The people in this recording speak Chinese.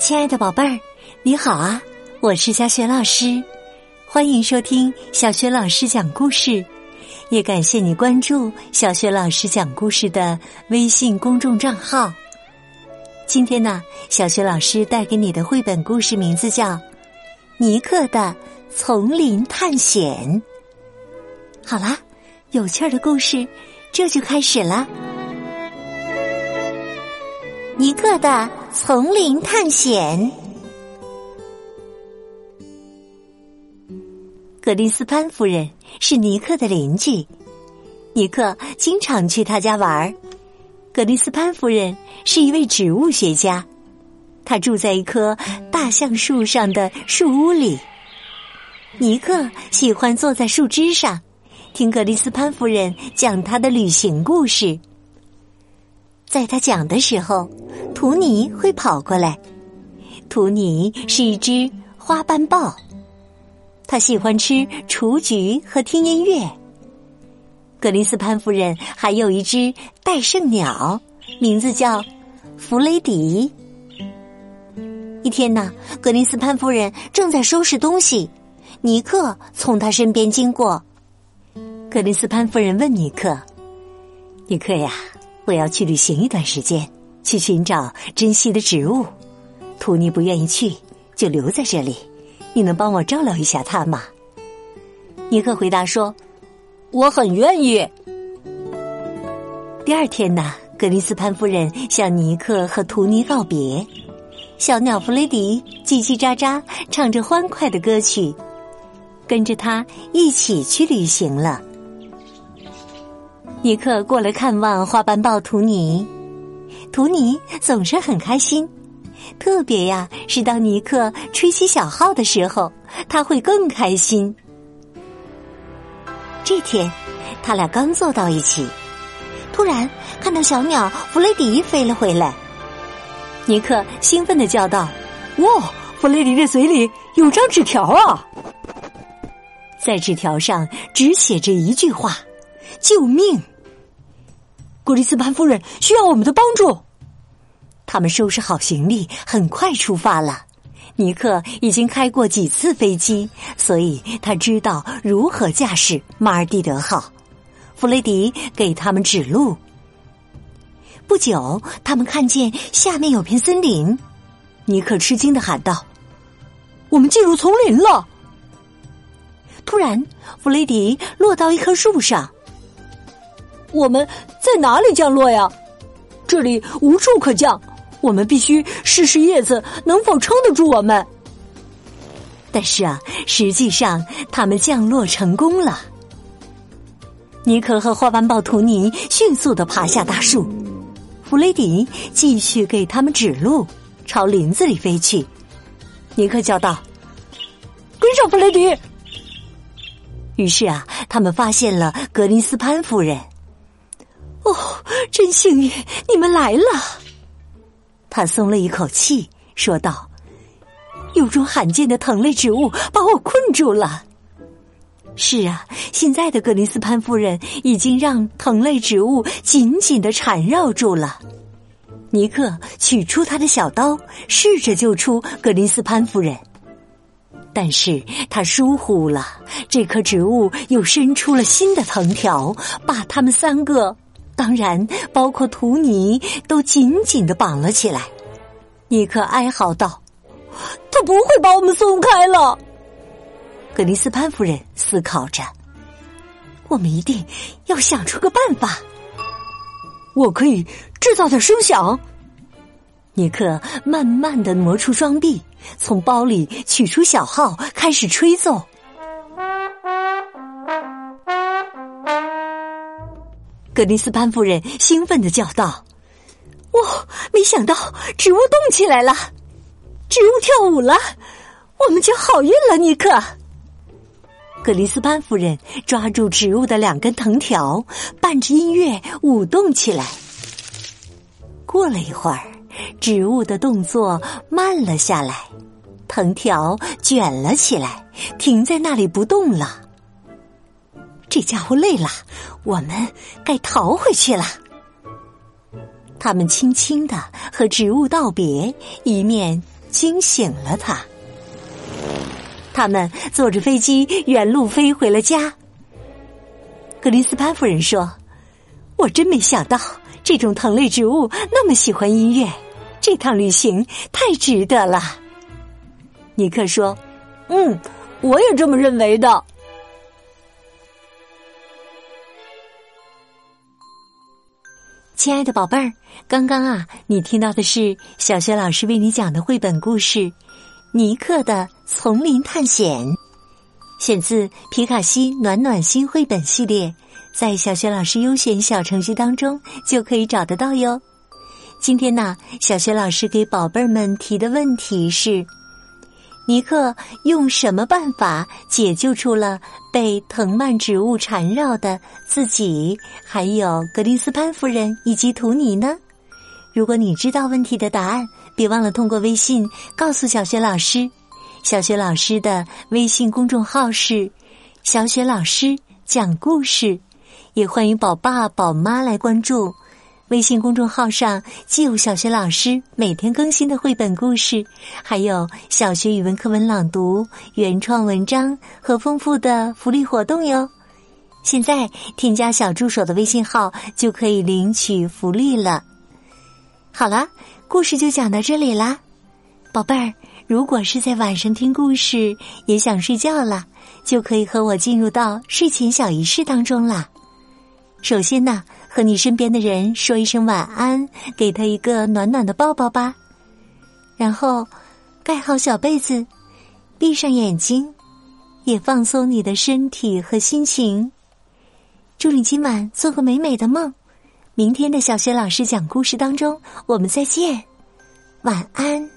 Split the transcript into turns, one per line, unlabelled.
亲爱的宝贝儿，你好啊，我是小雪老师，欢迎收听小雪老师讲故事，也感谢你关注小雪老师讲故事的微信公众账号。今天呢，小雪老师带给你的绘本故事名字叫《尼克的丛林探险》。好啦，有趣的故事这就开始了。尼克的丛林探险。格林斯潘夫人是尼克的邻居，尼克经常去他家玩。格林斯潘夫人是一位植物学家，她住在一棵大橡树上的树屋里。尼克喜欢坐在树枝上，听格林斯潘夫人讲她的旅行故事。在他讲的时候，图尼会跑过来。图尼是一只花斑豹，他喜欢吃雏菊和听音乐。格林斯潘夫人还有一只戴胜鸟，名字叫弗雷迪。一天呢，格林斯潘夫人正在收拾东西，尼克从她身边经过。格林斯潘夫人问尼克：“尼克呀，我要去旅行一段时间，去寻找珍稀的植物。图尼不愿意去，就留在这里，你能帮我照料一下他吗？”尼克回答说：“我很愿意。”第二天呢，格林斯潘夫人向尼克和图尼告别。小鸟弗雷迪叽叽喳喳唱着欢快的歌曲，跟着他一起去旅行了。尼克过来看望花斑豹图尼，图尼总是很开心，特别呀是当尼克吹起小号的时候，他会更开心。这天，他俩刚坐到一起，突然看到小鸟弗雷迪飞了回来。尼克兴奋地叫道：“哇，弗雷迪的嘴里有张纸条啊！”在纸条上只写着一句话：“救命！”格林斯潘夫人需要我们的帮助。他们收拾好行李，很快出发了。尼克已经开过几次飞机，所以他知道如何驾驶马尔蒂德号。弗雷迪给他们指路。不久，他们看见下面有片森林。尼克吃惊地喊道：“我们进入丛林了！”突然，弗雷迪落到一棵树上。“我们在哪里降落呀？这里无处可降，我们必须试试叶子能否撑得住我们。”但是啊，实际上他们降落成功了。尼克和花斑豹图尼迅速地爬下大树，弗雷迪继续给他们指路，朝林子里飞去。尼克叫道：“跟上弗雷迪！”于是啊，他们发现了格林斯潘夫人。“哦，真幸运，你们来了！”他松了一口气，说道：“有种罕见的藤类植物把我困住了。”是啊，现在的格林斯潘夫人已经让藤类植物紧紧地缠绕住了。尼克取出他的小刀，试着救出格林斯潘夫人，但是他疏忽了，这棵植物又伸出了新的藤条，把他们三个，当然包括图尼，都紧紧地绑了起来。尼克哀嚎道：“他不会把我们松开了。”格林斯潘夫人思考着：“我们一定要想出个办法。我可以制造点声响。”尼克慢慢地挪出双臂，从包里取出小号，开始吹奏。格林斯潘夫人兴奋地叫道：“哇，没想到植物动起来了，植物跳舞了，我们就好运了，尼克！”格林斯潘夫人抓住植物的两根藤条，伴着音乐舞动起来。过了一会儿，植物的动作慢了下来，藤条卷了起来，停在那里不动了。这家伙累了，我们该逃回去了。他们轻轻地和植物道别，一面惊醒了他。他们坐着飞机原路飞回了家。格林斯潘夫人说：“我真没想到这种藤类植物那么喜欢音乐，这趟旅行太值得了。”尼克说：“我也这么认为的。”亲爱的宝贝儿，刚刚你听到的是小学老师为你讲的绘本故事《尼克的丛林探险》，选自皮卡西暖暖心绘本系列，在小学老师优选小程序当中就可以找得到哟。今天呢，小学老师给宝贝儿们提的问题是：尼克用什么办法解救出了被藤蔓植物缠绕的自己，还有格林斯潘夫人以及图尼呢？如果你知道问题的答案，别忘了通过微信告诉小学老师。小学老师的微信公众号是小雪老师讲故事，也欢迎宝爸宝妈来关注。微信公众号上既有小学老师每天更新的绘本故事，还有小学语文课文朗读、原创文章和丰富的福利活动哟。现在添加小助手的微信号就可以领取福利了。好啦，故事就讲到这里啦。宝贝儿，如果是在晚上听故事也想睡觉了，就可以和我进入到睡前小仪式当中啦。首先呢，和你身边的人说一声晚安，给他一个暖暖的抱抱吧。然后盖好小被子，闭上眼睛，也放松你的身体和心情。祝你今晚做个美美的梦。明天的小学老师讲故事当中，我们再见，晚安。